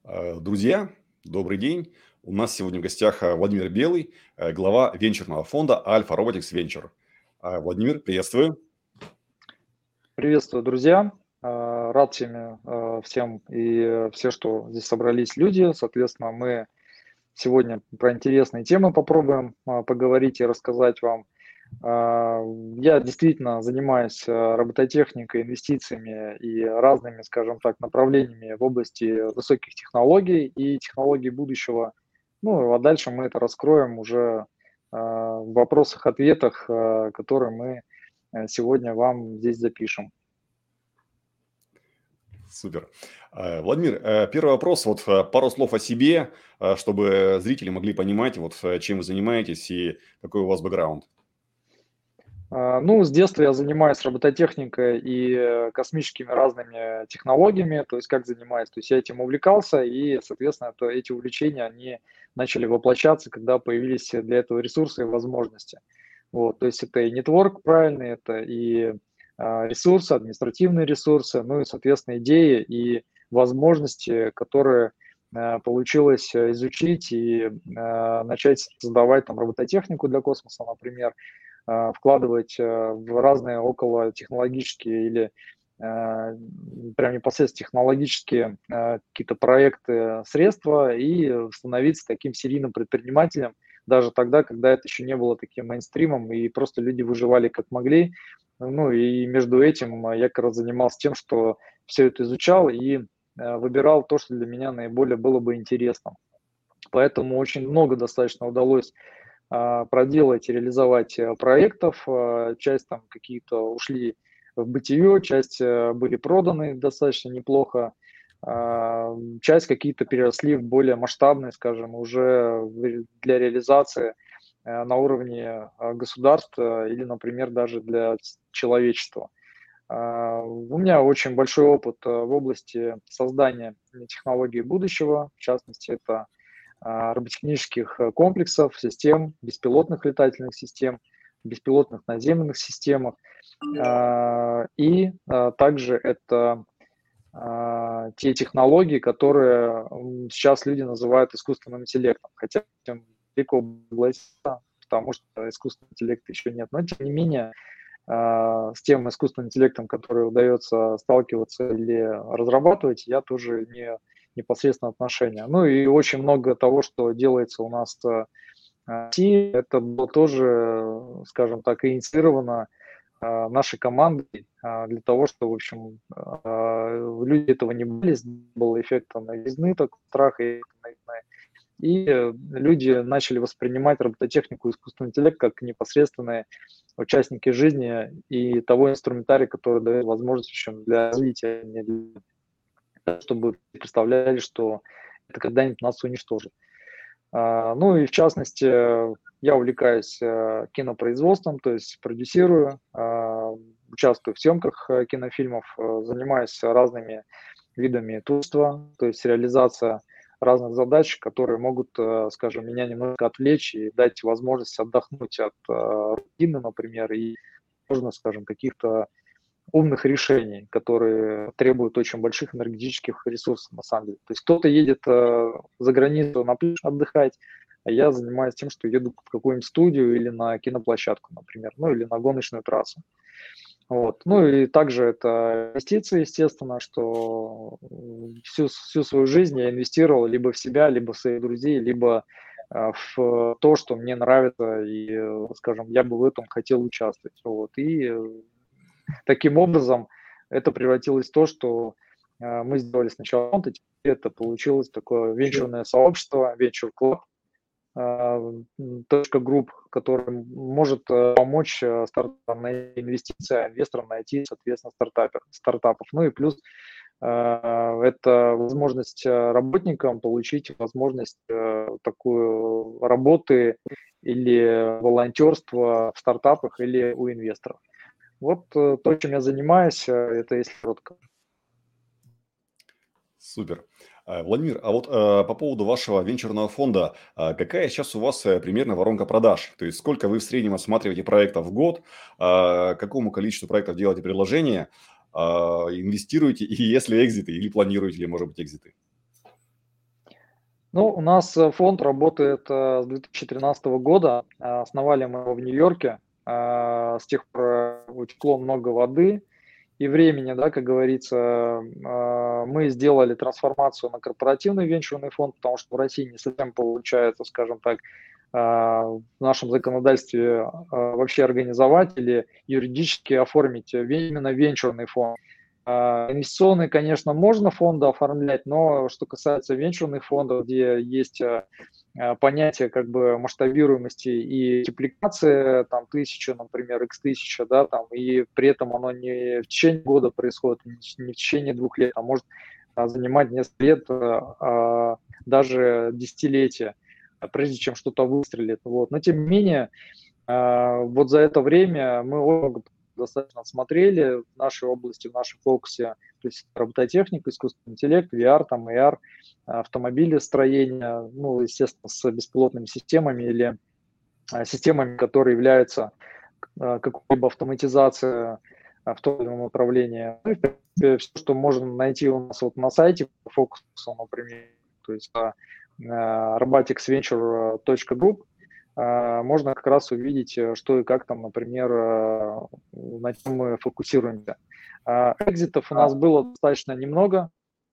Друзья, добрый день. У нас сегодня в гостях Владимир Белый, глава венчурного фонда Alpha Robotics Venture. Владимир, приветствую. Приветствую, друзья. Рад всем и все, что здесь собрались люди. Соответственно, мы сегодня про интересные темы попробуем поговорить и рассказать вам. Я действительно занимаюсь робототехникой, инвестициями и разными, скажем так, направлениями в области высоких технологий и технологий будущего. Ну, а дальше мы это раскроем уже в вопросах-ответах, которые мы сегодня вам здесь запишем. Супер. Владимир, первый вопрос. Пару слов о себе, чтобы зрители могли понимать, чем вы занимаетесь и какой у вас бэкграунд. Ну, с детства я занимаюсь робототехникой и космическими разными технологиями, то есть как занимаюсь, то есть я этим увлекался, и, соответственно, эти увлечения, они начали воплощаться, когда появились для этого ресурсы и возможности. Вот, то есть это и нетворк правильный, это и ресурсы, административные ресурсы, ну и, соответственно, идеи и возможности, которые получилось изучить и начать создавать там робототехнику для космоса, например, вкладывать в разные околотехнологические или прям непосредственно технологические какие-то проекты, средства и становиться таким серийным предпринимателем даже тогда, когда это еще не было таким мейнстримом, и просто люди выживали как могли. Ну и между этим я как раз занимался тем, что все это изучал и выбирал то, что для меня наиболее было бы интересно. Поэтому очень много достаточно удалось проделать и реализовать проектов. Часть там какие-то ушли в бытие, часть были проданы достаточно неплохо, часть какие-то переросли в более масштабные, скажем, уже для реализации на уровне государств или, например, даже для человечества. У меня очень большой опыт в области создания технологий будущего, в частности, это роботехнических комплексов, систем, беспилотных летательных систем, беспилотных наземных системах. И также это те технологии, которые сейчас люди называют искусственным интеллектом, хотя этим далеко было, потому что искусственного интеллекта еще нет. Но тем не менее, с тем искусственным интеллектом, который удается сталкиваться или разрабатывать, я тоже не непосредственно отношения. Ну и очень много того, что делается у нас в России, это было тоже, скажем так, инициировано нашей командой для того, что, в общем, люди этого не боялись, был эффект новизны, так, страха и новизны. И люди начали воспринимать робототехнику и искусственный интеллект как непосредственные участники жизни и того инструментария, который дает возможность, в общем, для развития, а не для, чтобы представляли, что это когда-нибудь нас уничтожит. Ну и в частности, я увлекаюсь кинопроизводством, то есть продюсирую, участвую в съемках кинофильмов, занимаюсь разными видами творчества, то есть реализация разных задач, которые могут, скажем, меня немножко отвлечь и дать возможность отдохнуть от рутины, например, и, можно, скажем, каких-то умных решений, которые требуют очень больших энергетических ресурсов, на самом деле. То есть кто-то едет за границу на пляж отдыхать, а я занимаюсь тем, что еду в какую-нибудь студию или на киноплощадку, например, ну или на гоночную трассу. Вот. Ну и также это инвестиции, естественно, что всю свою жизнь я инвестировал либо в себя, либо в своих друзей, либо в то, что мне нравится, и, скажем, я бы в этом хотел участвовать. Вот. И таким образом это превратилось в то, что мы сделали сначала фонд, и теперь это получилось такое венчурное сообщество, Venture Club, .group, который может помочь стартапам найти инвестиции, а инвесторам найти, соответственно, стартапов. Ну и плюс это возможность работникам получить возможность такую работы или волонтерства в стартапах или у инвесторов. Вот то, чем я занимаюсь, это если коротко. Супер. Владимир, по поводу вашего венчурного фонда, какая сейчас у вас примерно воронка продаж? То есть сколько вы в среднем осматриваете проектов в год, какому количеству проектов делаете предложения, инвестируете, и если экзиты, или планируете ли, может быть, экзиты? Ну, у нас фонд работает с 2013 года. Основали мы его в Нью-Йорке. С тех пор утекло много воды и времени, да, как говорится. Мы сделали трансформацию на корпоративный венчурный фонд, потому что в России не совсем получается, скажем так, в нашем законодательстве вообще организовать или юридически оформить именно венчурный фонд. Инвестиционные, конечно, можно фонды оформлять, но что касается венчурных фондов, где есть понятие как бы масштабируемости и мультипликации, там, 1000, например, x1000, да, там, и при этом оно не в течение года происходит, не в течение 2 лет, а может занимать несколько лет, даже десятилетия, прежде чем что-то выстрелит. Вот. Но тем не менее, вот за это время мы много достаточно смотрели в нашей области, в нашем фокусе, то есть робототехника, искусственный интеллект, VR, там, AR, автомобилестроение, ну, естественно, с беспилотными системами или системами, которые являются какой-либо автоматизацией в том или ином направлении. Ну, и, в принципе, все, что можно найти у нас вот на сайте фокуса, например, то есть roboticsventure.group, можно как раз увидеть, что и как там, например, на чем мы фокусируемся. Экзитов у нас было достаточно немного.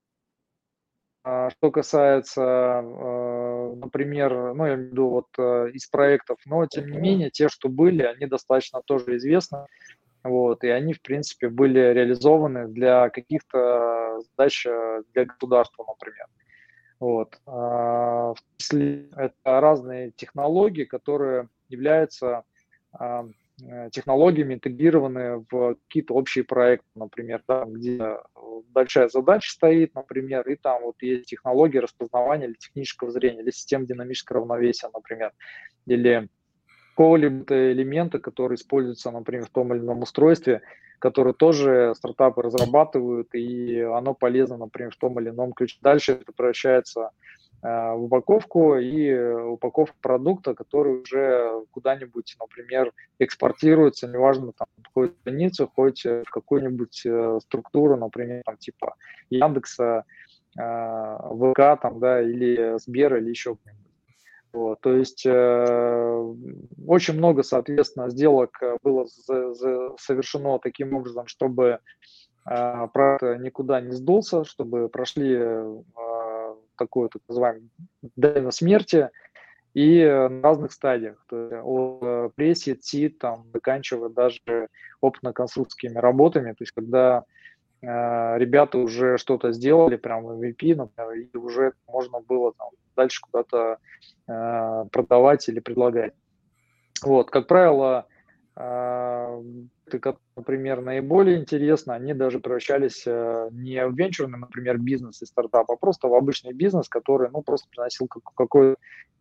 Что касается, например, ну, я имею в виду вот из проектов, но тем не менее, те, что были, они достаточно тоже известны, вот, и они, в принципе, были реализованы для каких-то задач для государства, например. Вот. В смысле, это разные технологии, которые являются технологиями, интегрированы в какие-то общие проекты, например, да, где большая задача стоит, например, и там вот есть технологии распознавания или технического зрения, или систем динамического равновесия, например, или какого-либо элемента, который используется, например, в том или ином устройстве, который тоже стартапы разрабатывают, и оно полезно, например, в том или ином ключе. Дальше это превращается в упаковку и упаковку продукта, который уже куда-нибудь, например, экспортируется, неважно, там, хоть в больницу, хоть в какую-нибудь структуру, например, там, типа Яндекса, ВК, там, да, или Сбера, или еще где-нибудь. Вот, то есть очень много, соответственно, сделок было совершено таким образом, чтобы проект никуда не сдулся, чтобы прошли такое, так называемое, дельно смерти и на разных стадиях, то есть от пресси, ТИТ, там, заканчивая даже опытно-конструкторскими работами, то есть когда ребята уже что-то сделали, прям MVP, например, и уже можно было там дальше куда-то продавать или предлагать. Вот, как правило, например, наиболее интересно, они даже превращались не в венчурный, например, бизнес и стартап, а просто в обычный бизнес, который, ну, просто приносил какое-то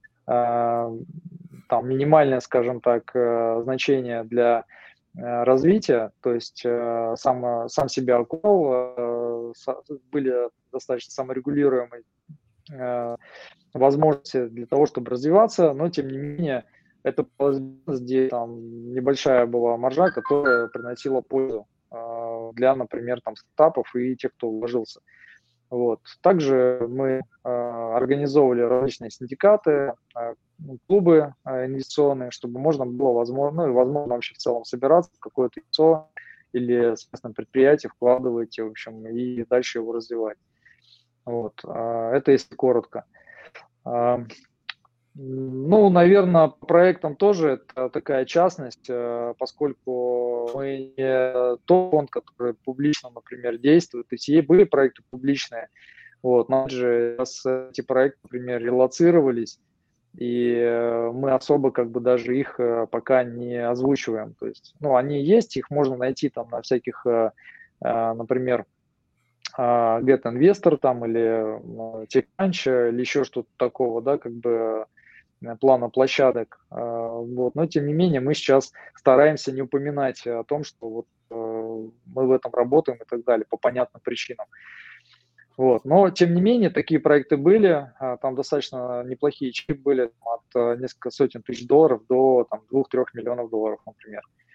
там минимальное, скажем так, значение для развития, то есть сам себя окупал, были достаточно саморегулируемые возможности для того, чтобы развиваться, но тем не менее это бизнес, где там небольшая была маржа, которая приносила пользу для, например, там стартапов и тех, кто вложился. Вот. Также мы организовывали различные синдикаты, клубы инвестиционные, чтобы можно было, возможно, ну и возможно вообще в целом собираться в какое-то яйцо или собственно предприятие, вкладывать, в общем, и дальше его развивать. Вот. Это если коротко. Ну, наверное, по проектам тоже это такая частность, поскольку мы не тот фонд, который публично, например, действует. То есть были проекты публичные, вот, но же эти проекты, например, релоцировались, и мы особо как бы даже их пока не озвучиваем. То есть, ну, они есть, их можно найти там на всяких, например, Get Investor там или TechCrunch или еще что-то такого, да, как бы плана площадок. Вот. Но тем не менее мы сейчас стараемся не упоминать о том, что вот мы в этом работаем и так далее по понятным причинам. Вот. Но тем не менее такие проекты были, там достаточно неплохие чеки были от несколько сотен тысяч долларов до там, 2-3 миллионов долларов, например.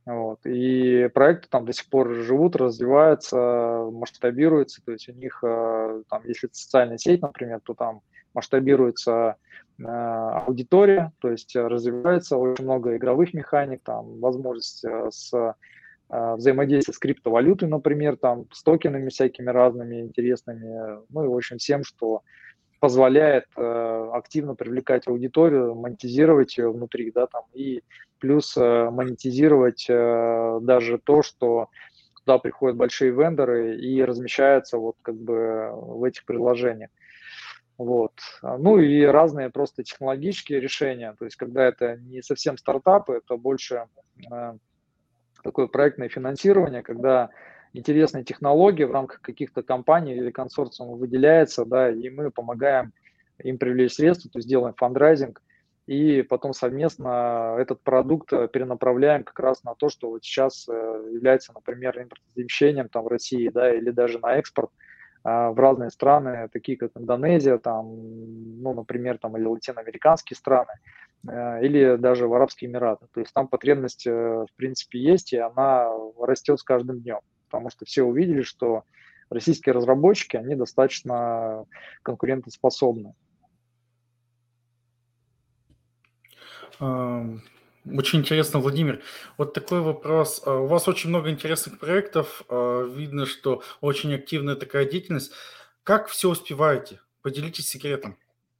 Вот. И проекты там до сих пор живут, развиваются, масштабируются. То есть у них, там, если это социальная сеть, например, то там масштабируется аудитория, то есть развивается очень много игровых механик, там возможность взаимодействия с криптовалютой, например, там с токенами всякими разными интересными, ну и в общем всем, что позволяет активно привлекать аудиторию, монетизировать ее внутри, да, там, и плюс монетизировать даже то, что туда приходят большие вендоры и размещаются вот как бы в этих приложениях. Вот. Ну и разные просто технологические решения, то есть когда это не совсем стартапы, это больше э, такое проектное финансирование, когда интересные технологии в рамках каких-то компаний или консорциумов выделяется, да, и мы помогаем им привлечь средства, то есть делаем фандрайзинг, и потом совместно этот продукт перенаправляем как раз на то, что вот сейчас является, например, импортозамещением там в России, да, или даже на экспорт в разные страны, такие как Индонезия, там, ну, например, там, или латиноамериканские страны, или даже в Арабские Эмираты. То есть там потребность, в принципе, есть, и она растет с каждым днем, потому что все увидели, что российские разработчики, они достаточно конкурентоспособны. Ам, Очень интересно, Владимир. Вот такой вопрос. У вас очень много интересных проектов. Видно, что очень активная такая деятельность. Как все успеваете? Поделитесь секретом.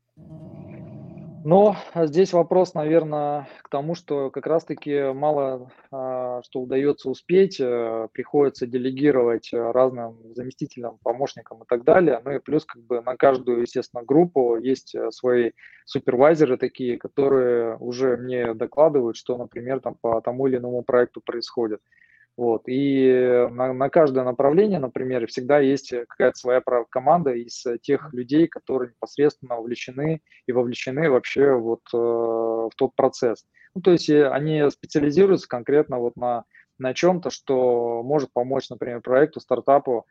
Но здесь вопрос, наверное, к тому, что как раз-таки мало что удается успеть, приходится делегировать разным заместителям, помощникам и так далее. Ну и плюс как бы на каждую, естественно, группу есть свои супервайзеры такие, которые уже мне докладывают, что, например, там по тому или иному проекту происходит. Вот. И на каждое направление, например, всегда есть какая-то своя команда из тех людей, которые непосредственно увлечены и вовлечены вообще вот в тот процесс. Ну, то есть они специализируются конкретно вот на чем-то, что может помочь, например, проекту, стартапу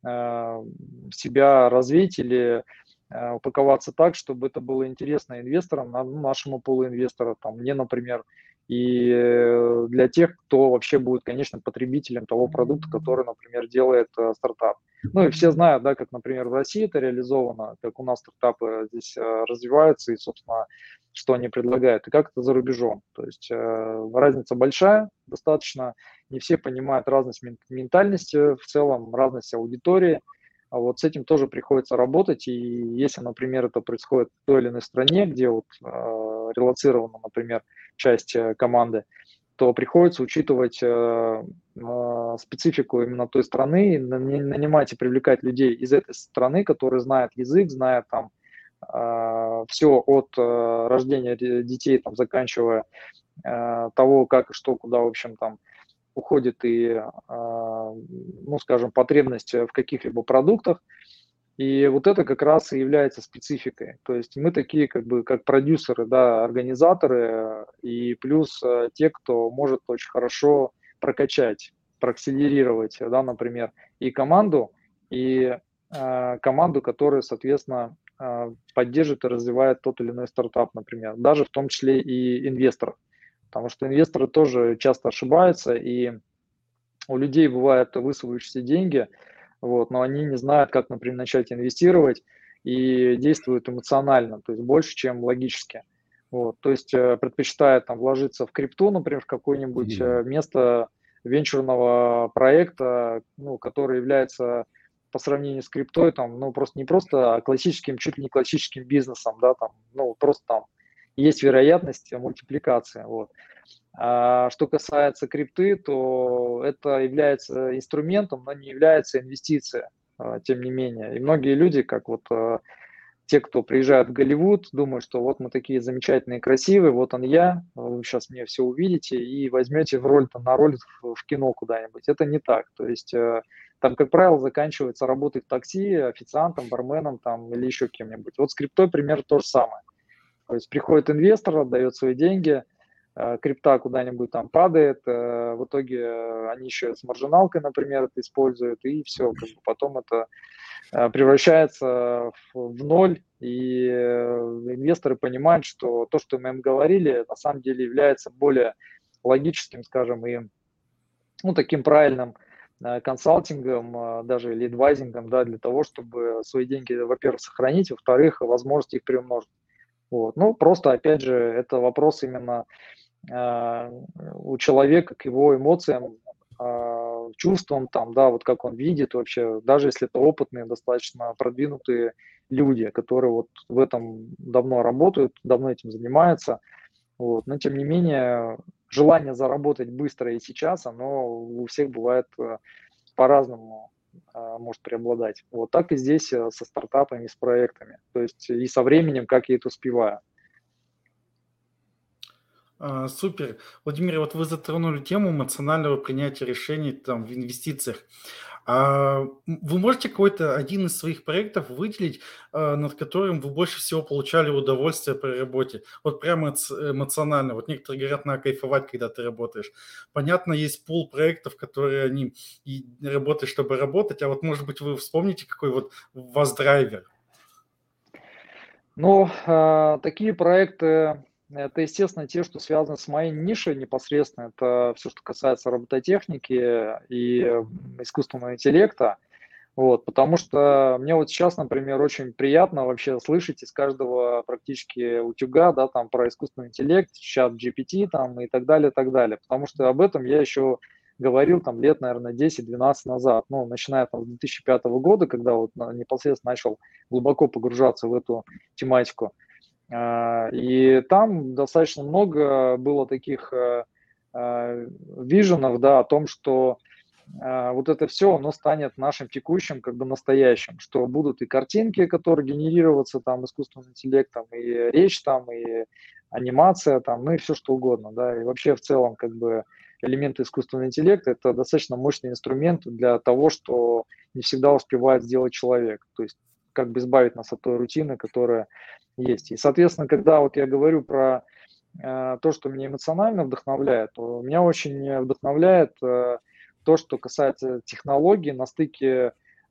себя развить или упаковаться так, чтобы это было интересно инвесторам, нашему пулу инвесторов, там, мне, например, и для тех, кто вообще будет конечным потребителем того продукта, который, например, делает стартап. Ну и все знают, да, как, например, в России это реализовано, как у нас стартапы здесь развиваются и, собственно, что они предлагают, и как это за рубежом. То есть разница большая достаточно, не все понимают разность ментальности в целом, разность аудитории, а вот с этим тоже приходится работать, и если, например, это происходит в той или иной стране, где вот релоцирована, например, часть команды, то приходится учитывать специфику именно той страны, нанимать и привлекать людей из этой страны, которые знают язык, знают там все от рождения детей, там, заканчивая того, как и что, куда, в общем, там уходит и, ну, скажем, потребность в каких-либо продуктах. И вот это как раз и является спецификой. То есть мы такие как бы как продюсеры, да, организаторы, и плюс те, кто может очень хорошо прокачать, проакселерировать, да, например, и команду, которая, соответственно, поддержит и развивает тот или иной стартап, например, даже в том числе и инвесторов. Потому что инвесторы тоже часто ошибаются, и у людей бывают высовывающиеся деньги, вот, но они не знают, как, например, начать инвестировать и действуют эмоционально, то есть больше, чем логически. Вот, то есть предпочитают там вложиться в крипту, например, в какое-нибудь место венчурного проекта, ну, который является по сравнению с криптой, там, ну, просто не просто классическим, чуть ли не классическим бизнесом, да, там, ну, просто там есть вероятность мультипликации, вот. А что касается крипты, то это является инструментом, но не является инвестицией, тем не менее. И многие люди, как вот те, кто приезжают в Голливуд, думают, что вот мы такие замечательные, красивые, вот он я, вы сейчас мне все увидите и возьмете в роль, там, на роль в кино куда-нибудь. Это не так. То есть там, как правило, заканчивается работой в такси, официантом, барменом там, или еще кем-нибудь. Вот с криптой примерно то же самое. То есть приходит инвестор, отдает свои деньги, крипта куда-нибудь там падает, в итоге они еще с маржиналкой, например, это используют, и все, как бы потом это превращается в ноль, и инвесторы понимают, что то, что мы им говорили, на самом деле является более логическим, скажем, и ну, таким правильным консалтингом, даже или адвайзингом, да, для того, чтобы свои деньги, во-первых, сохранить, во-вторых, возможность их приумножить. Вот. Ну, просто, опять же, это вопрос именно а, у человека к его эмоциям, чувствам, там, да, вот как он видит вообще, даже если это опытные, достаточно продвинутые люди, которые вот в этом давно работают, давно этим занимаются, вот, но тем не менее желание заработать быстро и сейчас, оно у всех бывает по-разному может преобладать. Вот так и здесь со стартапами, с проектами. То есть и со временем, как я это успеваю. Супер. Владимир, вот вы затронули тему эмоционального принятия решений там, в инвестициях. Вы можете какой-то один из своих проектов выделить, над которым вы больше всего получали удовольствие при работе? Вот прямо эмоционально. Вот некоторые говорят, надо кайфовать, когда ты работаешь. Понятно, есть пул проектов, которые они и работают, чтобы работать, а вот, может быть, вы вспомните, какой вот у вас драйвер? Ну, такие проекты, это, естественно, те, что связаны с моей нишей непосредственно. Это все, что касается робототехники и искусственного интеллекта. Вот, потому что мне вот сейчас, например, очень приятно вообще слышать из каждого практически утюга, да, там про искусственный интеллект, чат GPT там и так далее, так далее. Потому что об этом я еще говорил там лет, наверное, 10-12 назад, ну, начиная там с 2005 года, когда вот непосредственно начал глубоко погружаться в эту тематику. И там достаточно много было таких виженов, да, о том, что вот это все, оно станет нашим текущим, как бы настоящим, что будут и картинки, которые генерироваться там искусственным интеллектом, и речь там, и анимация там, ну и все что угодно, да, и вообще в целом как бы элементы искусственного интеллекта это достаточно мощный инструмент для того, что не всегда успевает сделать человек, то есть как бы избавить нас от той рутины, которая есть. И, соответственно, когда вот я говорю про то, что меня эмоционально вдохновляет, то меня очень вдохновляет то, что касается технологий на стыке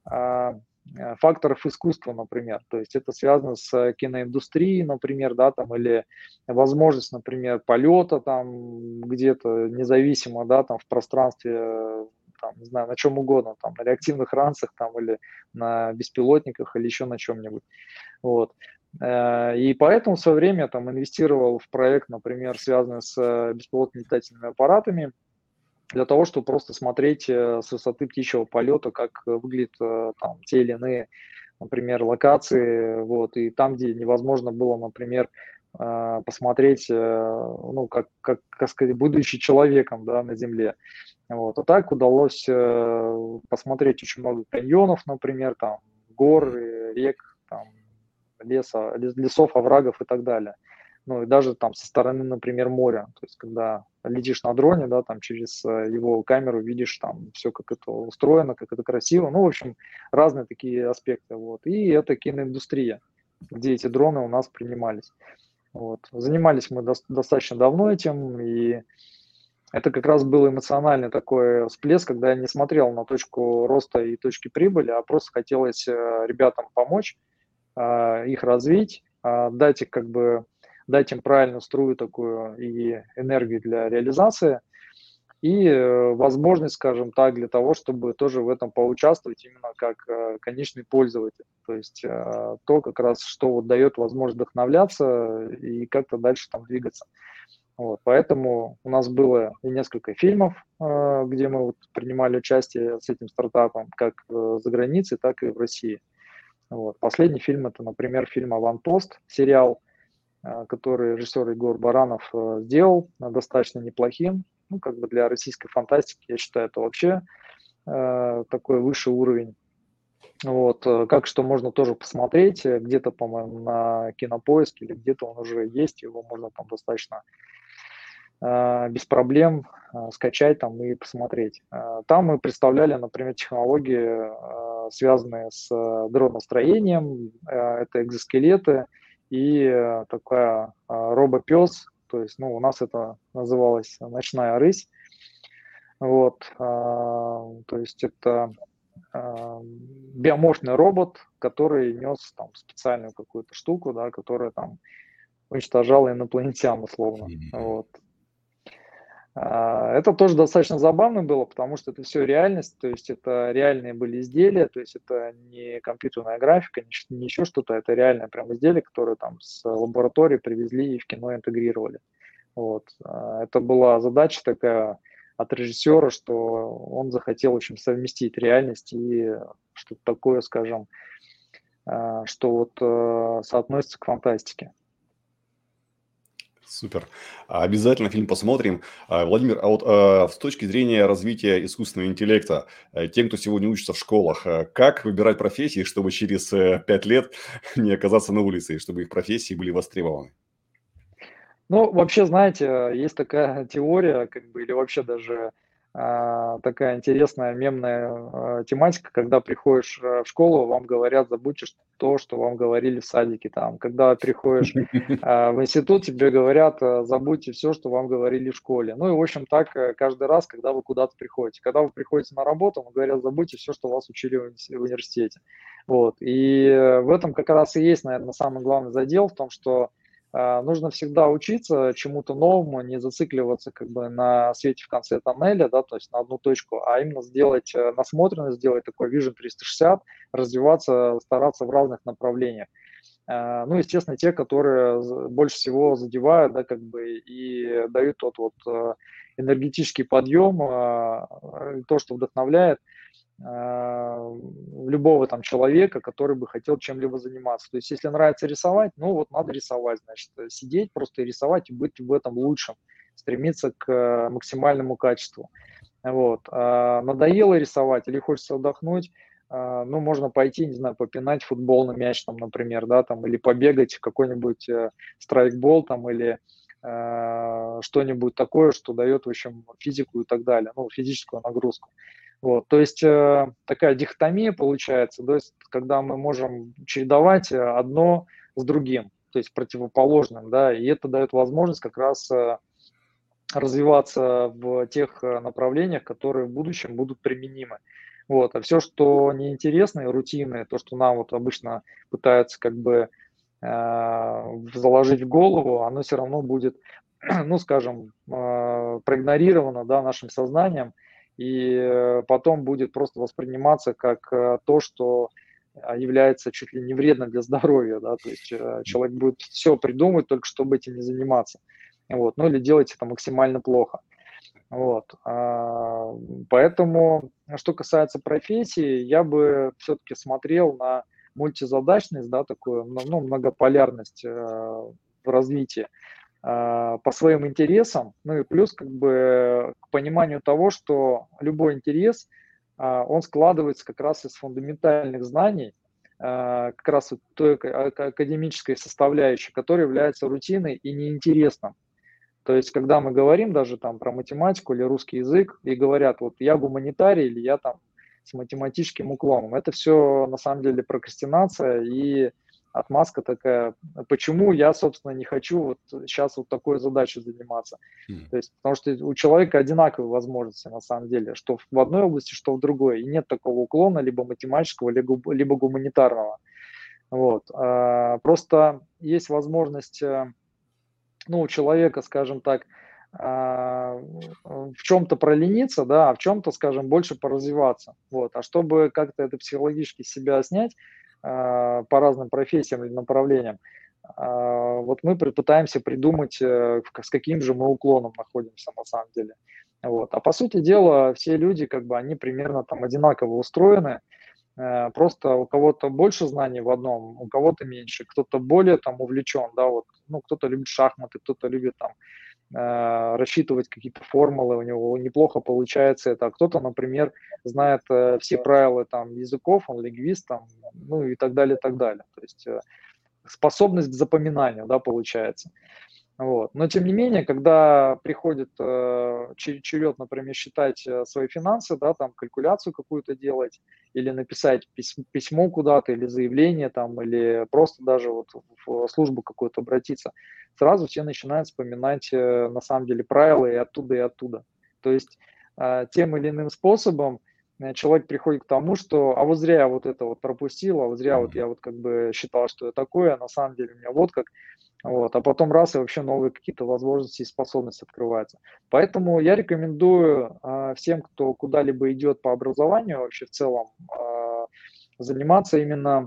факторов искусства, например. То есть это связано с киноиндустрией, например, да, там, или возможность, например, полета там где-то независимо, да, там в пространстве, там, не знаю, на чем угодно, там, на реактивных ранцах там, или на беспилотниках, или еще на чем-нибудь. Вот. И поэтому в свое время там инвестировал в проект, например, связанный с беспилотными летательными аппаратами, для того, чтобы просто смотреть с высоты птичьего полета, как выглядят там те или иные, например, локации, вот, и там, где невозможно было, например, посмотреть, ну, как сказать, будучи человеком, да, на Земле. Вот. А так удалось посмотреть очень много каньонов, например, там, гор, рек, там, лесов, оврагов и так далее. Ну и даже там со стороны, например, моря. То есть когда летишь на дроне, да, там через его камеру видишь там все, как это устроено, как это красиво. Ну, в общем, разные такие аспекты. Вот. И это киноиндустрия, где эти дроны у нас принимались. Вот. Занимались мы достаточно давно этим, и это как раз был эмоциональный такой всплеск, когда я не смотрел на точку роста и точки прибыли, а просто хотелось ребятам помочь, их развить, дать их как бы дать им правильную струю такую и энергию для реализации, и возможность, скажем так, для того, чтобы тоже в этом поучаствовать именно как конечный пользователь. То есть то как раз, что вот дает возможность вдохновляться и как-то дальше там двигаться. Вот, поэтому у нас было и несколько фильмов, где мы вот принимали участие с этим стартапом, как за границей, так и в России. Вот. Последний фильм это, например, фильм «Аванпост», сериал, который режиссер Егор Баранов сделал, достаточно неплохим. Ну, как бы для российской фантастики, я считаю, это вообще такой высший уровень. Вот, как что можно тоже посмотреть, где-то, по-моему, на Кинопоиске или где-то он уже есть, его можно там достаточно без проблем скачать там и посмотреть. Там мы представляли, например, технологии, связанные с дроностроением, это экзоскелеты и такая робопес, то есть, ну, у нас это называлось ночная рысь, вот, то есть это биоморфный робот, который нес там специальную какую-то штуку, да, которая там уничтожала инопланетян условно, вот. Это тоже достаточно забавно было, потому что это все реальность, то есть это реальные были изделия, то есть это не компьютерная графика, не еще что-то, это реальное прям изделие, которое там с лаборатории привезли и в кино интегрировали. Вот. Это была задача такая от режиссера, что он захотел, в общем, совместить реальность и что-то такое, скажем, что вот соотносится к фантастике. Супер. Обязательно фильм посмотрим. Владимир, а вот с точки зрения развития искусственного интеллекта, тем, кто сегодня учится в школах, как выбирать профессии, чтобы через 5 лет не оказаться на улице, и чтобы их профессии были востребованы? Ну, вообще, знаете, есть такая теория, как бы, или вообще даже такая интересная мемная тематика, когда приходишь в школу, вам говорят, забудьте то, что вам говорили в садике. Там, когда приходишь в институт, тебе говорят, забудьте все, что вам говорили в школе. Ну и, в общем, так каждый раз, когда вы куда-то приходите. Когда вы приходите на работу, вам говорят, забудьте все, что вас учили в университете. Вот. И в этом как раз и есть, наверное, самый главный задел в том, что нужно всегда учиться чему-то новому, не зацикливаться как бы на свете в конце тоннеля, да, то есть на одну точку, а именно сделать насмотренность, сделать такой Vision 360, развиваться, стараться в разных направлениях. Ну, естественно, те, которые больше всего задевают, да, как бы и дают тот вот энергетический подъем, то, что вдохновляет любого там человека, который бы хотел чем-либо заниматься. То есть, если нравится рисовать, ну вот надо рисовать, значит, сидеть просто и рисовать и быть в этом лучшим, стремиться к максимальному качеству. Вот. Надоело рисовать или хочется отдохнуть, ну, можно пойти, не знаю, попинать футбол на мяч, там, например, да, там, или побегать в какой-нибудь страйкбол, там, или что-нибудь такое, что дает, в общем, физику и так далее, ну, физическую нагрузку. Вот, то есть такая дихотомия получается, то есть когда мы можем чередовать одно с другим, то есть противоположным, да, и это дает возможность как раз развиваться в тех направлениях, которые в будущем будут применимы. Вот, а все, что неинтересно и рутинное, то, что нам вот обычно пытаются как бы заложить в голову, оно все равно будет, ну, скажем, проигнорировано, да, нашим сознанием, и потом будет просто восприниматься как то, что является чуть ли не вредно для здоровья, да, то есть человек будет все придумывать, только чтобы этим не заниматься, вот, ну или делать это максимально плохо. Вот. Поэтому, что касается профессии, я бы все-таки смотрел на мультизадачность, да, такую, ну, многополярность в развитии по своим интересам, ну и плюс как бы к пониманию того, что любой интерес, он складывается как раз из фундаментальных знаний, как раз вот той академической составляющей, которая является рутиной и неинтересным. То есть, когда мы говорим даже там про математику или русский язык, и говорят, вот я гуманитарий или я там с математическим уклоном, это все на самом деле прокрастинация и отмазка такая, почему я, собственно, не хочу вот сейчас вот такой задачей заниматься. То есть, потому что у человека одинаковые возможности на самом деле, что в одной области, что в другой, и нет такого уклона либо математического, либо гуманитарного. Вот. Просто есть возможность ну, у человека, скажем так, в чем-то пролениться, да, а в чем-то, скажем, больше поразвиваться. Вот. А чтобы как-то это психологически себя снять по разным профессиям или направлениям, вот мы пытаемся придумать, с каким же мы уклоном находимся на самом деле. Вот. А по сути дела, все люди, как бы, они примерно там одинаково устроены, просто у кого-то больше знаний в одном, у кого-то меньше, кто-то более там увлечен, да, вот, ну, кто-то любит шахматы, кто-то любит там рассчитывать какие-то формулы, у него неплохо получается это, а кто-то, например, знает все правила там языков, он лингвист там, ну и так далее, так далее. То есть способность к запоминанию, да, получается. Вот. Но тем не менее, когда приходит черед, например, считать свои финансы, да, там калькуляцию какую-то делать, или написать письмо куда-то, или заявление, там, или просто даже вот в службу какую-то обратиться, сразу все начинают вспоминать на самом деле правила и оттуда, и оттуда. То есть тем или иным способом человек приходит к тому, что а вот зря я вот это вот пропустил, а вот зря вот я вот как бы считал, что я такое, а на самом деле у меня вот как. Вот, а потом раз, и вообще новые какие-то возможности и способности открываются. Поэтому я рекомендую всем, кто куда-либо идет по образованию вообще в целом, заниматься именно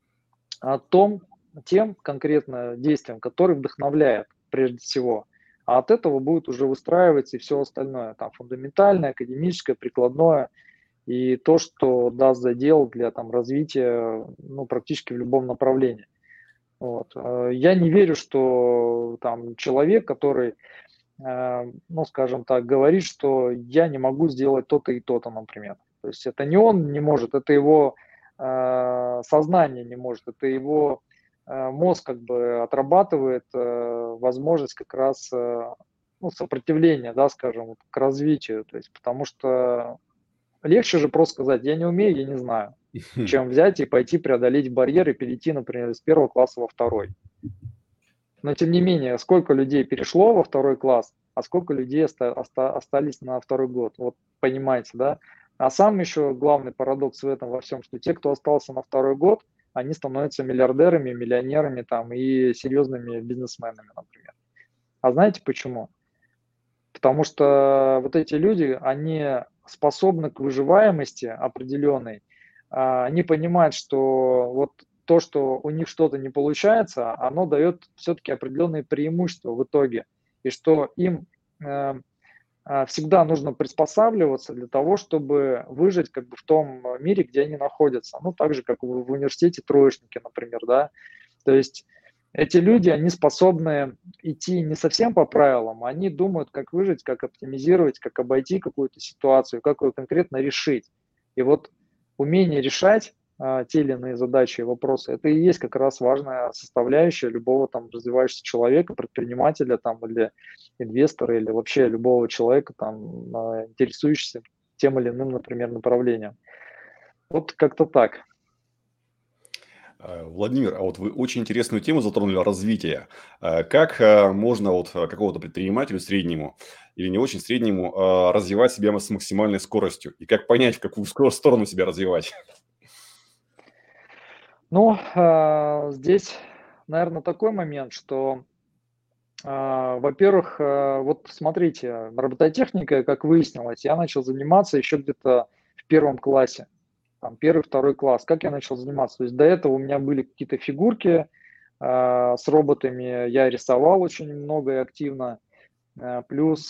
тем конкретно действием, который вдохновляет прежде всего. А от этого будет уже выстраиваться и все остальное, там фундаментальное, академическое, прикладное и то, что даст задел для там развития, ну, практически в любом направлении. Вот. Я не верю, что там человек, который, ну, скажем так, говорит, что я не могу сделать то-то и то-то, например. То есть это не он не может, это его сознание не может, это его мозг как бы отрабатывает возможность как раз ну, сопротивления, да, скажем, вот, к развитию. То есть, потому что легче же просто сказать, я не умею, я не знаю, чем взять и пойти преодолеть барьер и перейти, например, из первого класса во второй. Но тем не менее, сколько людей перешло во второй класс, а сколько людей остались на второй год. Вот понимаете, да? А сам еще главный парадокс в этом во всем, что те, кто остался на второй год, они становятся миллиардерами, миллионерами там и серьезными бизнесменами, например. А знаете почему? Потому что вот эти люди, они способны к выживаемости определенной. Они понимают, что вот то, что у них что-то не получается, оно дает все-таки определенные преимущества в итоге. И что им всегда нужно приспосабливаться для того, чтобы выжить как бы в том мире, где они находятся. Ну, так же, как в университете троечники, например, да. То есть эти люди, они способны идти не совсем по правилам, они думают, как выжить, как оптимизировать, как обойти какую-то ситуацию, как ее конкретно решить. И вот умение решать те или иные задачи и вопросы, это и есть как раз важная составляющая любого там развивающегося человека, предпринимателя там или инвестора, или вообще любого человека там, интересующегося тем или иным, например, направлением. Вот как-то так. Владимир, а вот вы очень интересную тему затронули развитие. Как можно вот какого-то предпринимателю среднему или не очень среднему развивать себя с максимальной скоростью? И как понять, в какую сторону себя развивать? Ну, здесь, наверное, такой момент, что, во-первых, вот смотрите, робототехникой, как выяснилось, я начал заниматься еще где-то в первом классе, там первый, второй класс. Как я начал заниматься? То есть до этого у меня были какие-то фигурки с роботами, я рисовал очень много и активно, плюс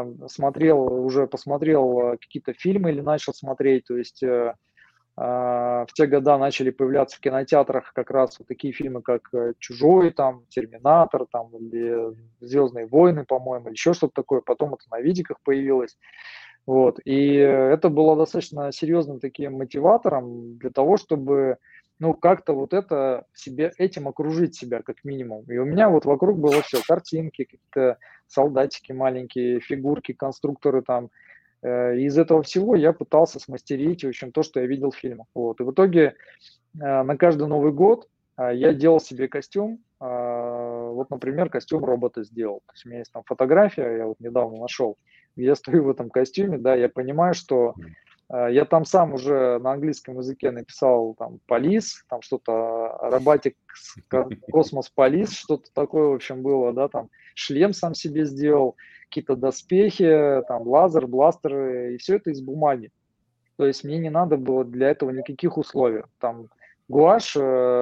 посмотрел какие-то фильмы или начал смотреть, то есть в те года начали появляться в кинотеатрах как раз вот такие фильмы, как «Чужой», там, «Терминатор», там, или «Звездные войны», по-моему, или еще что-то такое. Потом это на видиках появилось. Вот. И это было достаточно серьезным таким мотиватором для того, чтобы ну, как-то вот это себе, этим окружить себя как минимум. И у меня вот вокруг было все, картинки, какие-то солдатики маленькие, фигурки, конструкторы там, из этого всего я пытался смастерить, в общем, то, что я видел в фильмах. Вот. И в итоге на каждый Новый год я делал себе костюм. Вот, например, костюм робота сделал. То есть у меня есть там фотография, я вот недавно нашел, где я стою в этом костюме, да, я понимаю, что я там сам уже на английском языке написал там полис, там что-то роботик космос полис, что-то такое, в общем, было, да, там шлем сам себе сделал, какие-то доспехи, там лазер, бластеры, и все это из бумаги. То есть мне не надо было для этого никаких условий. Там гуашь,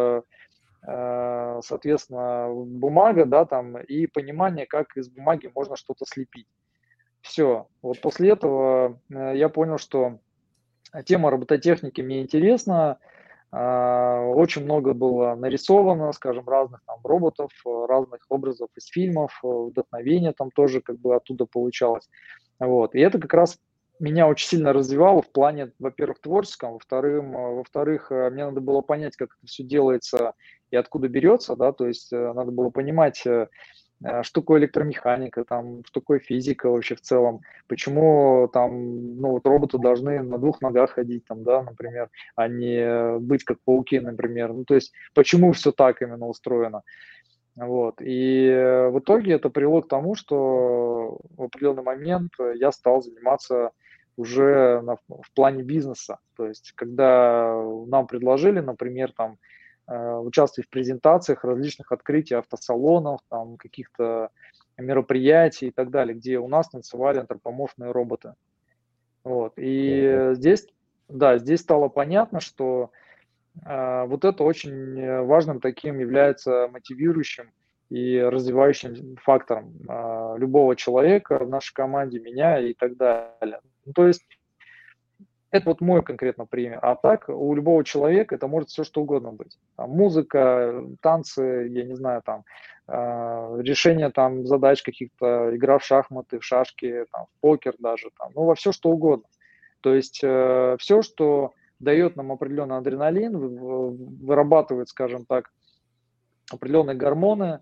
соответственно, бумага, да, там, и понимание, как из бумаги можно что-то слепить. Все. Вот после этого я понял, что тема робототехники мне интересна. Очень много было нарисовано, скажем, разных там роботов, разных образов из фильмов, вдохновение там тоже как бы оттуда получалось. Вот. И это как раз меня очень сильно развивало в плане, во-первых, творческом, во-вторых, мне надо было понять, как это все делается и откуда берется, да, то есть надо было понимать, что такое электромеханика, там, что такое физика вообще в целом, почему там, ну, вот роботы должны на двух ногах ходить, там, да, например, а не быть как пауки, например. Ну, то есть почему все так именно устроено. Вот. И в итоге это привело к тому, что в определенный момент я стал заниматься уже в плане бизнеса. То есть когда нам предложили, например, там, участвовать в презентациях различных открытий автосалонов, там, каких-то мероприятий и так далее, где у нас танцевали антропоморфные роботы. Вот. И здесь стало понятно, что вот это очень важным таким является мотивирующим и развивающим фактором любого человека в нашей команде, меня и так далее. Ну, то есть это вот мой конкретно пример. А так у любого человека это может все что угодно быть. Там, музыка, танцы, я не знаю, там, решение там, задач каких-то, игра в шахматы, в шашки, там, в покер даже, там, ну, во все что угодно. То есть все, что дает нам определенный адреналин, вырабатывает, скажем так, определенные гормоны,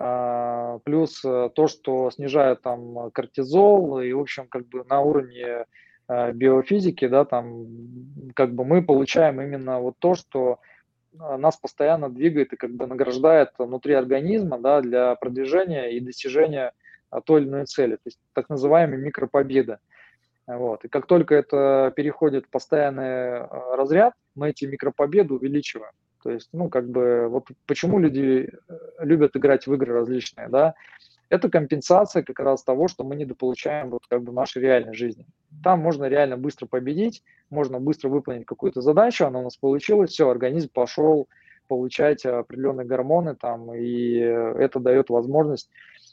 плюс то, что снижает там кортизол, и, в общем, как бы на уровне биофизики, да, там, как бы мы получаем именно вот то, что нас постоянно двигает и как бы награждает внутри организма, да, для продвижения и достижения той или иной цели, то есть так называемые микропобеды. Вот. И как только это переходит в постоянный разряд, мы эти микропобеды увеличиваем. То есть, ну, как бы, вот почему люди любят играть в игры различные, да, это компенсация как раз того, что мы недополучаем вот как бы в нашей реальной жизни. Там можно реально быстро победить, можно быстро выполнить какую-то задачу, она у нас получилась, все, организм пошел получать определенные гормоны, там, и это дает возможность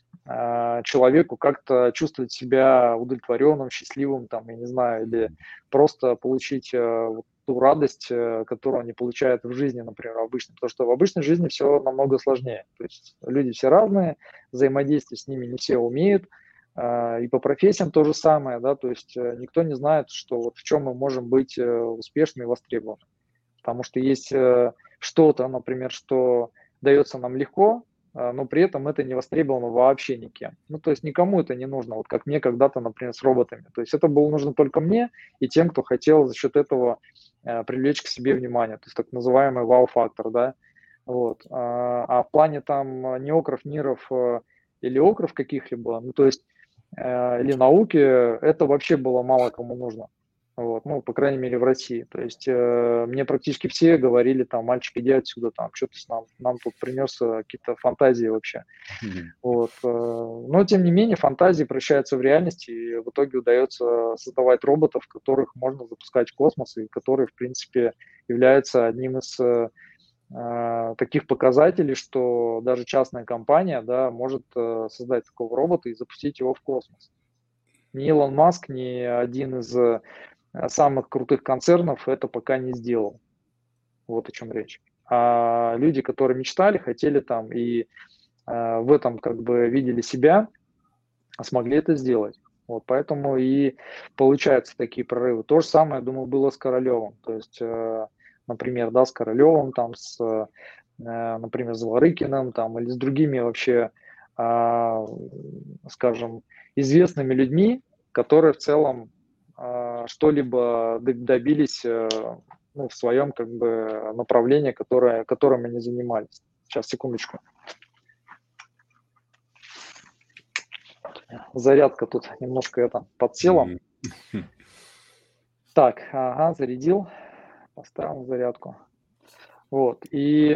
человеку как-то чувствовать себя удовлетворенным, счастливым, там, я не знаю, или просто получить ту радость, которую он не получает в жизни, например, обычно. Потому что в обычной жизни все намного сложнее. То есть люди все разные, взаимодействие с ними не все умеют, и по профессиям то же самое, да, то есть никто не знает, что вот в чем мы можем быть успешны и востребованы. Потому что есть что-то, например, что дается нам легко, но при этом это не востребовано вообще никем. Ну, то есть никому это не нужно, вот как мне когда-то, например, с роботами. То есть это было нужно только мне и тем, кто хотел за счет этого привлечь к себе внимание, то есть так называемый вау-фактор, да. Вот. А в плане там неокров, ниров или окров каких-либо, ну, то есть или науки, это вообще было мало кому нужно. Вот, ну, по крайней мере, в России. То есть мне практически все говорили, там, мальчик, иди отсюда, там, что ты нам тут принес какие-то фантазии вообще. Вот. Но, тем не менее, фантазии превращаются в реальность, и в итоге удается создавать роботов, которых можно запускать в космос, и которые, в принципе, являются одним из таких показателей, что даже частная компания, да, может создать такого робота и запустить его в космос. Ни Илон Маск, ни один из самых крутых концернов это пока не сделал. Вот о чем речь. А люди, которые мечтали, хотели там и в этом как бы видели себя, смогли это сделать. Вот поэтому и получаются такие прорывы. То же самое, думаю, было с Королевым. То есть, например, да, с Королевым, там, например, с Зворыкиным, там, или с другими вообще, скажем, известными людьми, которые в целом что-либо добились ну, в своем как бы направлении, которым они занимались. Сейчас, секундочку. Зарядка тут немножко подсела. Так, ага, зарядил, поставил зарядку. Вот, и,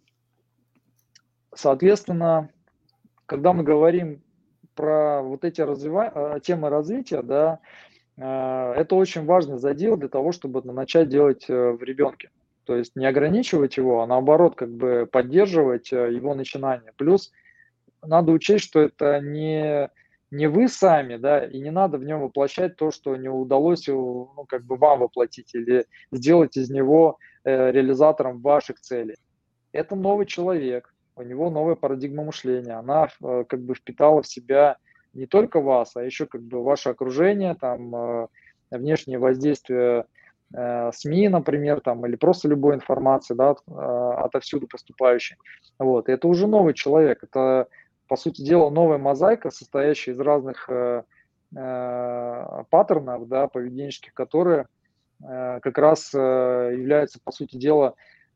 соответственно, когда мы говорим про вот эти темы развития, да, это очень важный задел для того, чтобы начать делать в ребенке. То есть не ограничивать его, а наоборот, как бы поддерживать его начинание. Плюс надо учесть, что это не вы сами, да, и не надо в нем воплощать то, что не удалось ну, как бы вам воплотить или сделать из него реализатором ваших целей. Это новый человек, у него новая парадигма мышления, она как бы впитала в себя не только вас, а еще как бы ваше окружение, там, внешнее воздействие СМИ, например, там, или просто любой информации, да, отовсюду поступающей. Вот. И это уже новый человек, это, по сути дела, новая мозаика, состоящая из разных паттернов, да, поведенческих, которые как раз являются, по сути дела,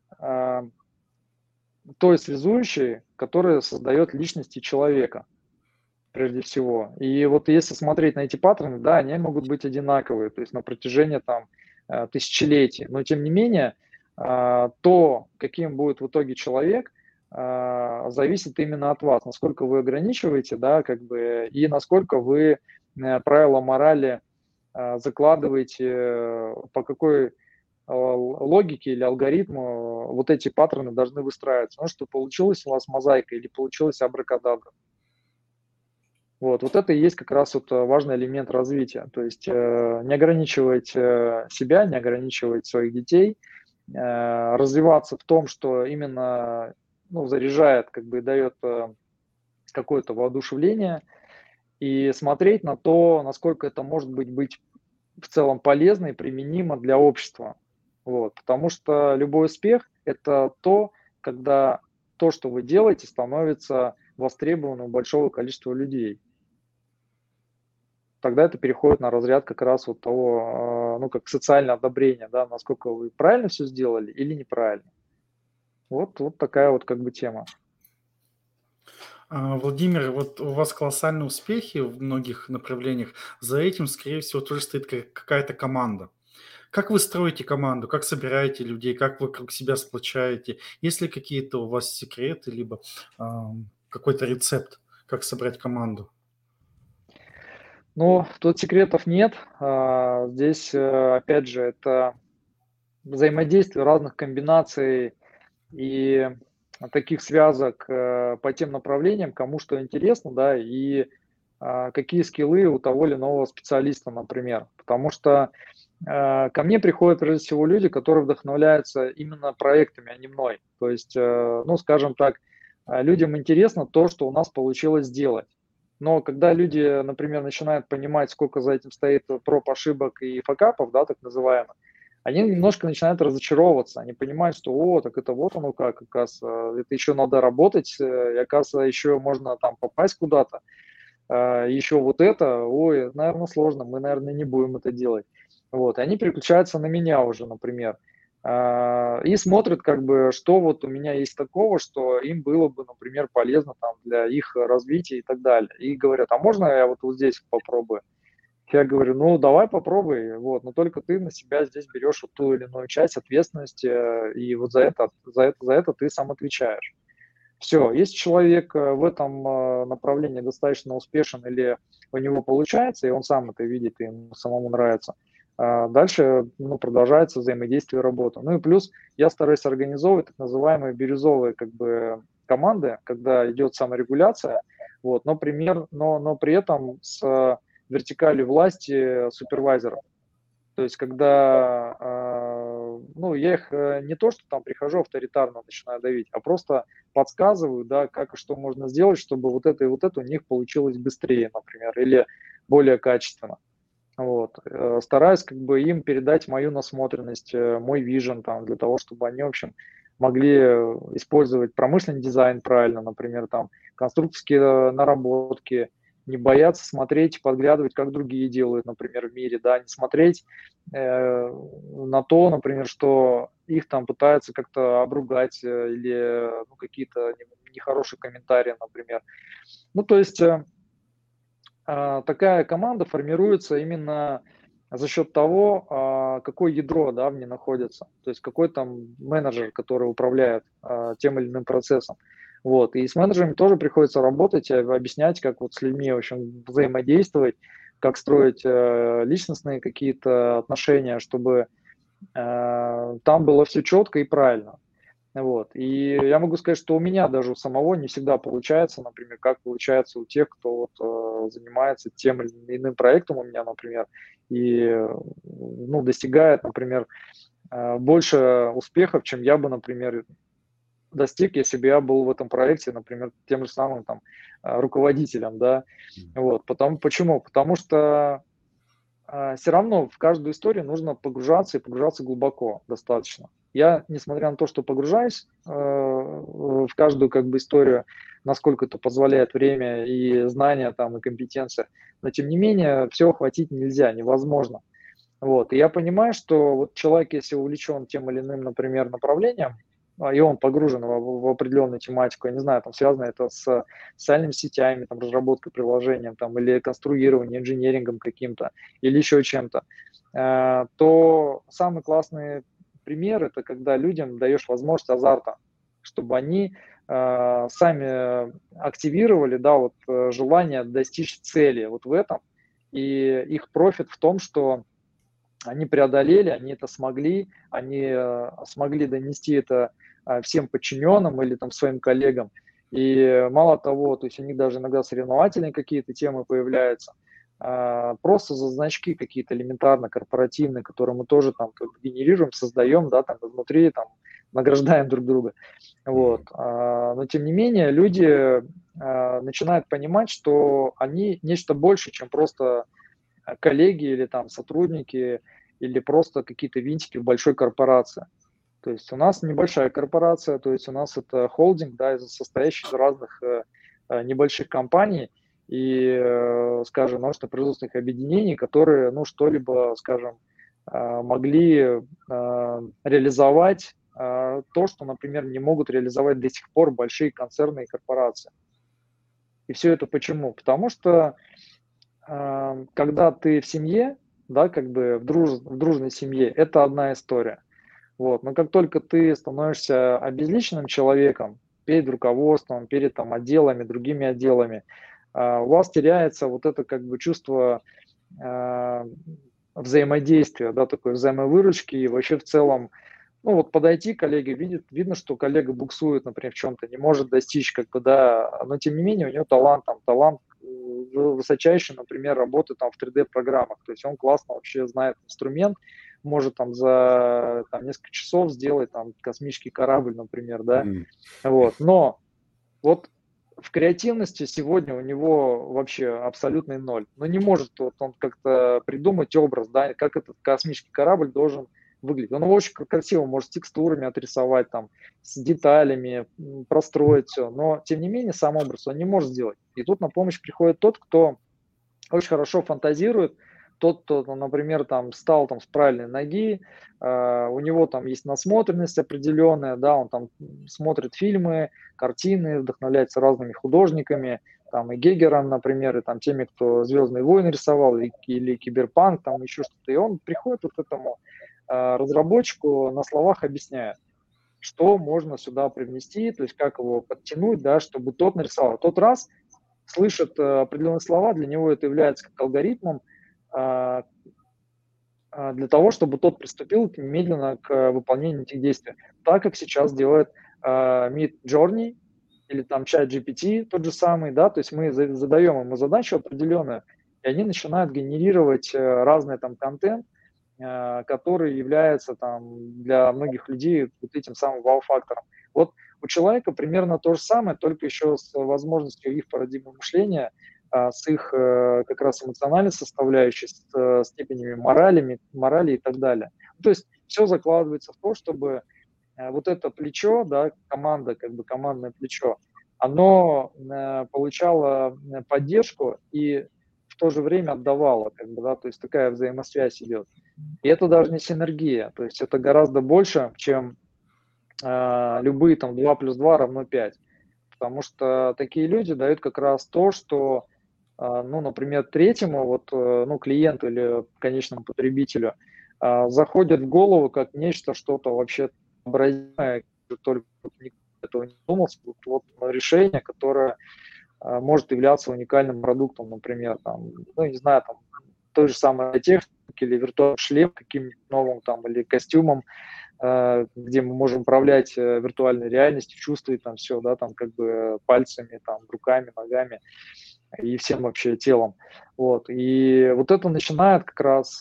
той связующей, которая создает личности человека, прежде всего. И вот если смотреть на эти паттерны, да, они могут быть одинаковые, то есть на протяжении там тысячелетий, но тем не менее то, каким будет в итоге человек, зависит именно от вас, насколько вы ограничиваете, да, как бы, и насколько вы правила морали закладываете, по какой логике или алгоритму вот эти паттерны должны выстраиваться. Ну, что получилась у вас мозаика или получилась абракадабра. Вот это и есть как раз вот важный элемент развития. То есть не ограничивать себя, не ограничивать своих детей, развиваться в том, что именно заряжает, как бы дает какое-то воодушевление, и смотреть на то, насколько это может быть в целом полезно и применимо для общества. Вот. Потому что любой успех – это когда то, что вы делаете, становится востребованным у большого количества людей. Тогда это переходит на разряд как раз вот того, как социальное одобрение, да, насколько вы правильно все сделали или неправильно. Вот такая вот как бы тема. Владимир, вот у вас колоссальные успехи в многих направлениях. За этим, скорее всего, тоже стоит какая-то команда. Как вы строите команду? Как собираете людей? Как вокруг себя сплочаете? Есть ли какие-то у вас секреты, либо какой-то рецепт, как собрать команду? Ну, тут секретов нет. Здесь, опять же, это взаимодействие разных комбинаций и таких связок по тем направлениям, кому что интересно, да, и какие скиллы у того или иного специалиста, например. Потому что ко мне приходят, прежде всего, люди, которые вдохновляются именно проектами, а не мной. То есть, скажем так, людям интересно то, что у нас получилось сделать. Но когда люди, например, начинают понимать, сколько за этим стоит проб, ошибок и факапов, да, так называемых, они немножко начинают разочаровываться. Они понимают, что, так это вот оно как, оказывается, это еще надо работать, и, оказывается, еще можно там попасть куда-то. Еще вот это, наверное, сложно, мы, наверное, не будем это делать. Вот, и они переключаются на меня уже, например, и смотрят, как бы, что вот у меня есть такого, что им было бы, например, полезно там для их развития и так далее. И говорят, а можно я вот здесь попробую? Я говорю, давай попробуй, вот, но только ты на себя здесь берешь вот ту или иную часть ответственности, и вот за это ты сам отвечаешь. Все, если человек в этом направлении достаточно успешен или у него получается, и он сам это видит, и ему самому нравится, дальше продолжается взаимодействие и работа. Ну и плюс я стараюсь организовывать так называемые бирюзовые как бы команды, когда идет саморегуляция, вот, но при этом с вертикалью власти супервайзера. То есть, когда, я их не то, что там прихожу авторитарно начинаю давить, а просто подсказываю, да, как и что можно сделать, чтобы вот это и вот это у них получилось быстрее, например, или более качественно. Вот. Стараюсь как бы им передать мою насмотренность, мой вижен там, для того, чтобы они, в общем, могли использовать промышленный дизайн правильно, например, там, конструкторские наработки, не бояться смотреть, подглядывать, как другие делают, например, в мире, да, не смотреть на то, например, что их там пытаются как-то обругать или какие-то нехорошие комментарии, например. То есть такая команда формируется именно за счет того, какое ядро, да, в ней находится, то есть какой там менеджер, который управляет тем или иным процессом. Вот. И с менеджерами тоже приходится работать, объяснять, как вот с людьми, в общем, взаимодействовать, как строить личностные какие-то отношения, чтобы там было все четко и правильно. Вот. И я могу сказать, что у меня даже у самого не всегда получается, например, как получается у тех, кто занимается тем или иным проектом у меня, например, и достигает, например, больше успехов, чем я бы, например, достиг, если бы я был в этом проекте, например, тем же самым там руководителем, да. Вот. Почему? Потому что все равно в каждую историю нужно погружаться и погружаться глубоко достаточно. Я, несмотря на то, что погружаюсь в каждую как бы историю, насколько это позволяет время и знания там и компетенция, но тем не менее все охватить нельзя, невозможно. Вот. И я понимаю, что вот человек, если увлечен тем или иным, например, направлением, и он погружен в определенную тематику, я не знаю, там связано это с социальными сетями, там, разработкой приложения, там, или конструированием, инженерингом каким-то, или еще чем-то, то самый классный пример – это когда людям даешь возможность азарта, чтобы они сами активировали, да, вот желание достичь цели вот в этом, и их профит в том, что они преодолели, они это смогли, они смогли донести это всем подчиненным или там своим коллегам. И мало того, то есть у них даже иногда соревновательные какие-то темы появляются, просто за значки какие-то элементарно корпоративные, которые мы тоже там как бы генерируем, создаем, да, там внутри там награждаем друг друга. Вот. Но тем не менее люди начинают понимать, что они нечто больше, чем просто коллеги или там сотрудники, или просто какие-то винтики в большой корпорации. То есть у нас небольшая корпорация, то есть у нас это холдинг, да, состоящий из разных небольших компаний и, скажем, научно-производственных объединений, которые, ну, что-либо, скажем, могли реализовать то, что, например, не могут реализовать до сих пор большие концерны и корпорации. И все это почему? Потому что когда ты в семье, да, как бы в дружной семье, это одна история. Вот. Но как только ты становишься обезличенным человеком перед руководством, перед там, отделами, другими отделами, у вас теряется вот это как бы чувство взаимодействия, да, такой взаимовыручки и вообще в целом, ну вот подойти коллеге, видно, что коллега буксует, например, в чем-то, не может достичь, как бы, да, но тем не менее у него талант высочайший, например, работы там в 3D-программах, то есть он классно вообще знает инструмент, может там за там, несколько часов сделать там космический корабль, например, да, вот, но вот в креативности сегодня у него вообще абсолютный ноль, но не может вот он как-то придумать образ, да, как этот космический корабль должен выглядит. Он его очень красиво может с текстурами отрисовать, там, с деталями, простроить все, но тем не менее сам образ он не может сделать. И тут на помощь приходит тот, кто очень хорошо фантазирует, тот, кто, например, там встал там с правильной ноги, у него там есть насмотренность определенная, да, он там смотрит фильмы, картины, вдохновляется разными художниками, там и Гегером, например, и там теми, кто «Звездные войны» рисовал, или Киберпанк, там еще что-то, и он приходит вот к этому разработчику на словах объясняет, что можно сюда привнести, то есть как его подтянуть, да, чтобы тот нарисовал. Тот раз слышит определенные слова, для него это является как алгоритмом для того, чтобы тот приступил немедленно к выполнению этих действий. Так как сейчас делает Midjourney или там ChatGPT тот же самый, да, то есть мы задаем ему задачу определенную, и они начинают генерировать разный там контент, который является там для многих людей вот этим самым вау-фактором. Вот у человека примерно то же самое, только еще с возможностью их парадигмы мышления, с их как раз эмоциональной составляющей, с степенями морали и так далее. То есть все закладывается в то, чтобы вот это плечо, да, команда, как бы командное плечо, оно получало поддержку и в то же время отдавало, как бы, да, то есть такая взаимосвязь идет. И это даже не синергия, то есть это гораздо больше, чем любые там 2 плюс 2 равно 5. Потому что такие люди дают как раз то, что, ну, например, третьему, вот, ну, клиенту или конечному потребителю заходит в голову как нечто, что-то вообще вообразимое, только никто этого не думал, вот решение, которое может являться уникальным продуктом, например, там, ну, не знаю, там, той же самой техники или виртуальный шлем каким-нибудь новым там или костюмом, где мы можем управлять виртуальной реальностью, чувствовать там все, да, там как бы пальцами, там, руками, ногами и всем вообще телом. Вот. И вот это начинает как раз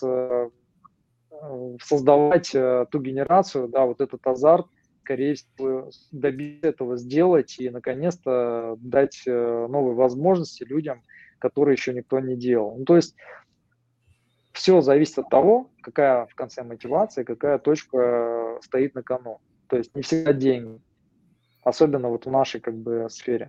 создавать ту генерацию, да, вот этот азарт, скорее всего, добиться этого сделать и, наконец-то, дать новые возможности людям, которые еще никто не делал. Ну, то есть все зависит от того, какая в конце мотивация, какая точка стоит на кону. То есть не всегда деньги, особенно вот в нашей как бы сфере.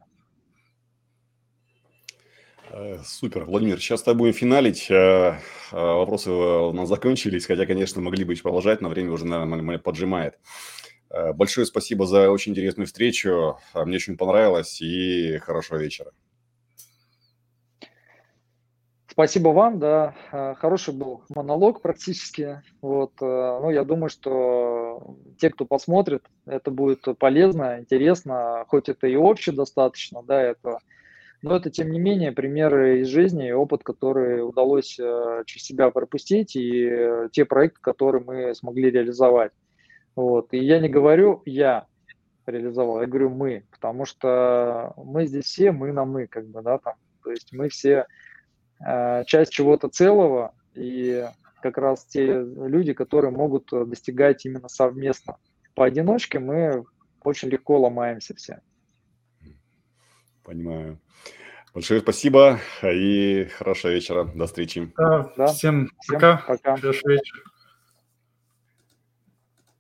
Супер. Владимир, сейчас с тобой будем финалить. Вопросы у нас закончились, хотя, конечно, могли бы еще продолжать, но время уже, наверное, поджимает. Большое спасибо за очень интересную встречу. Мне очень понравилось и хорошего вечера. Спасибо вам, да, хороший был монолог практически. Вот, ну, я думаю, что те, кто посмотрит, это будет полезно, интересно, хоть это и общее достаточно, да, это, но это, тем не менее, примеры из жизни и опыт, который удалось через себя пропустить, и те проекты, которые мы смогли реализовать. Вот, и я не говорю «я реализовал», я говорю «мы», потому что мы здесь все, мы на «мы», как бы, да, там, то есть мы все часть чего-то целого, и как раз те люди, которые могут достигать именно совместно. Поодиночке мы очень легко ломаемся все. Понимаю. Большое спасибо и хорошего вечера. До встречи. Да, Да, всем всем пока. пока. Хорошего вечера.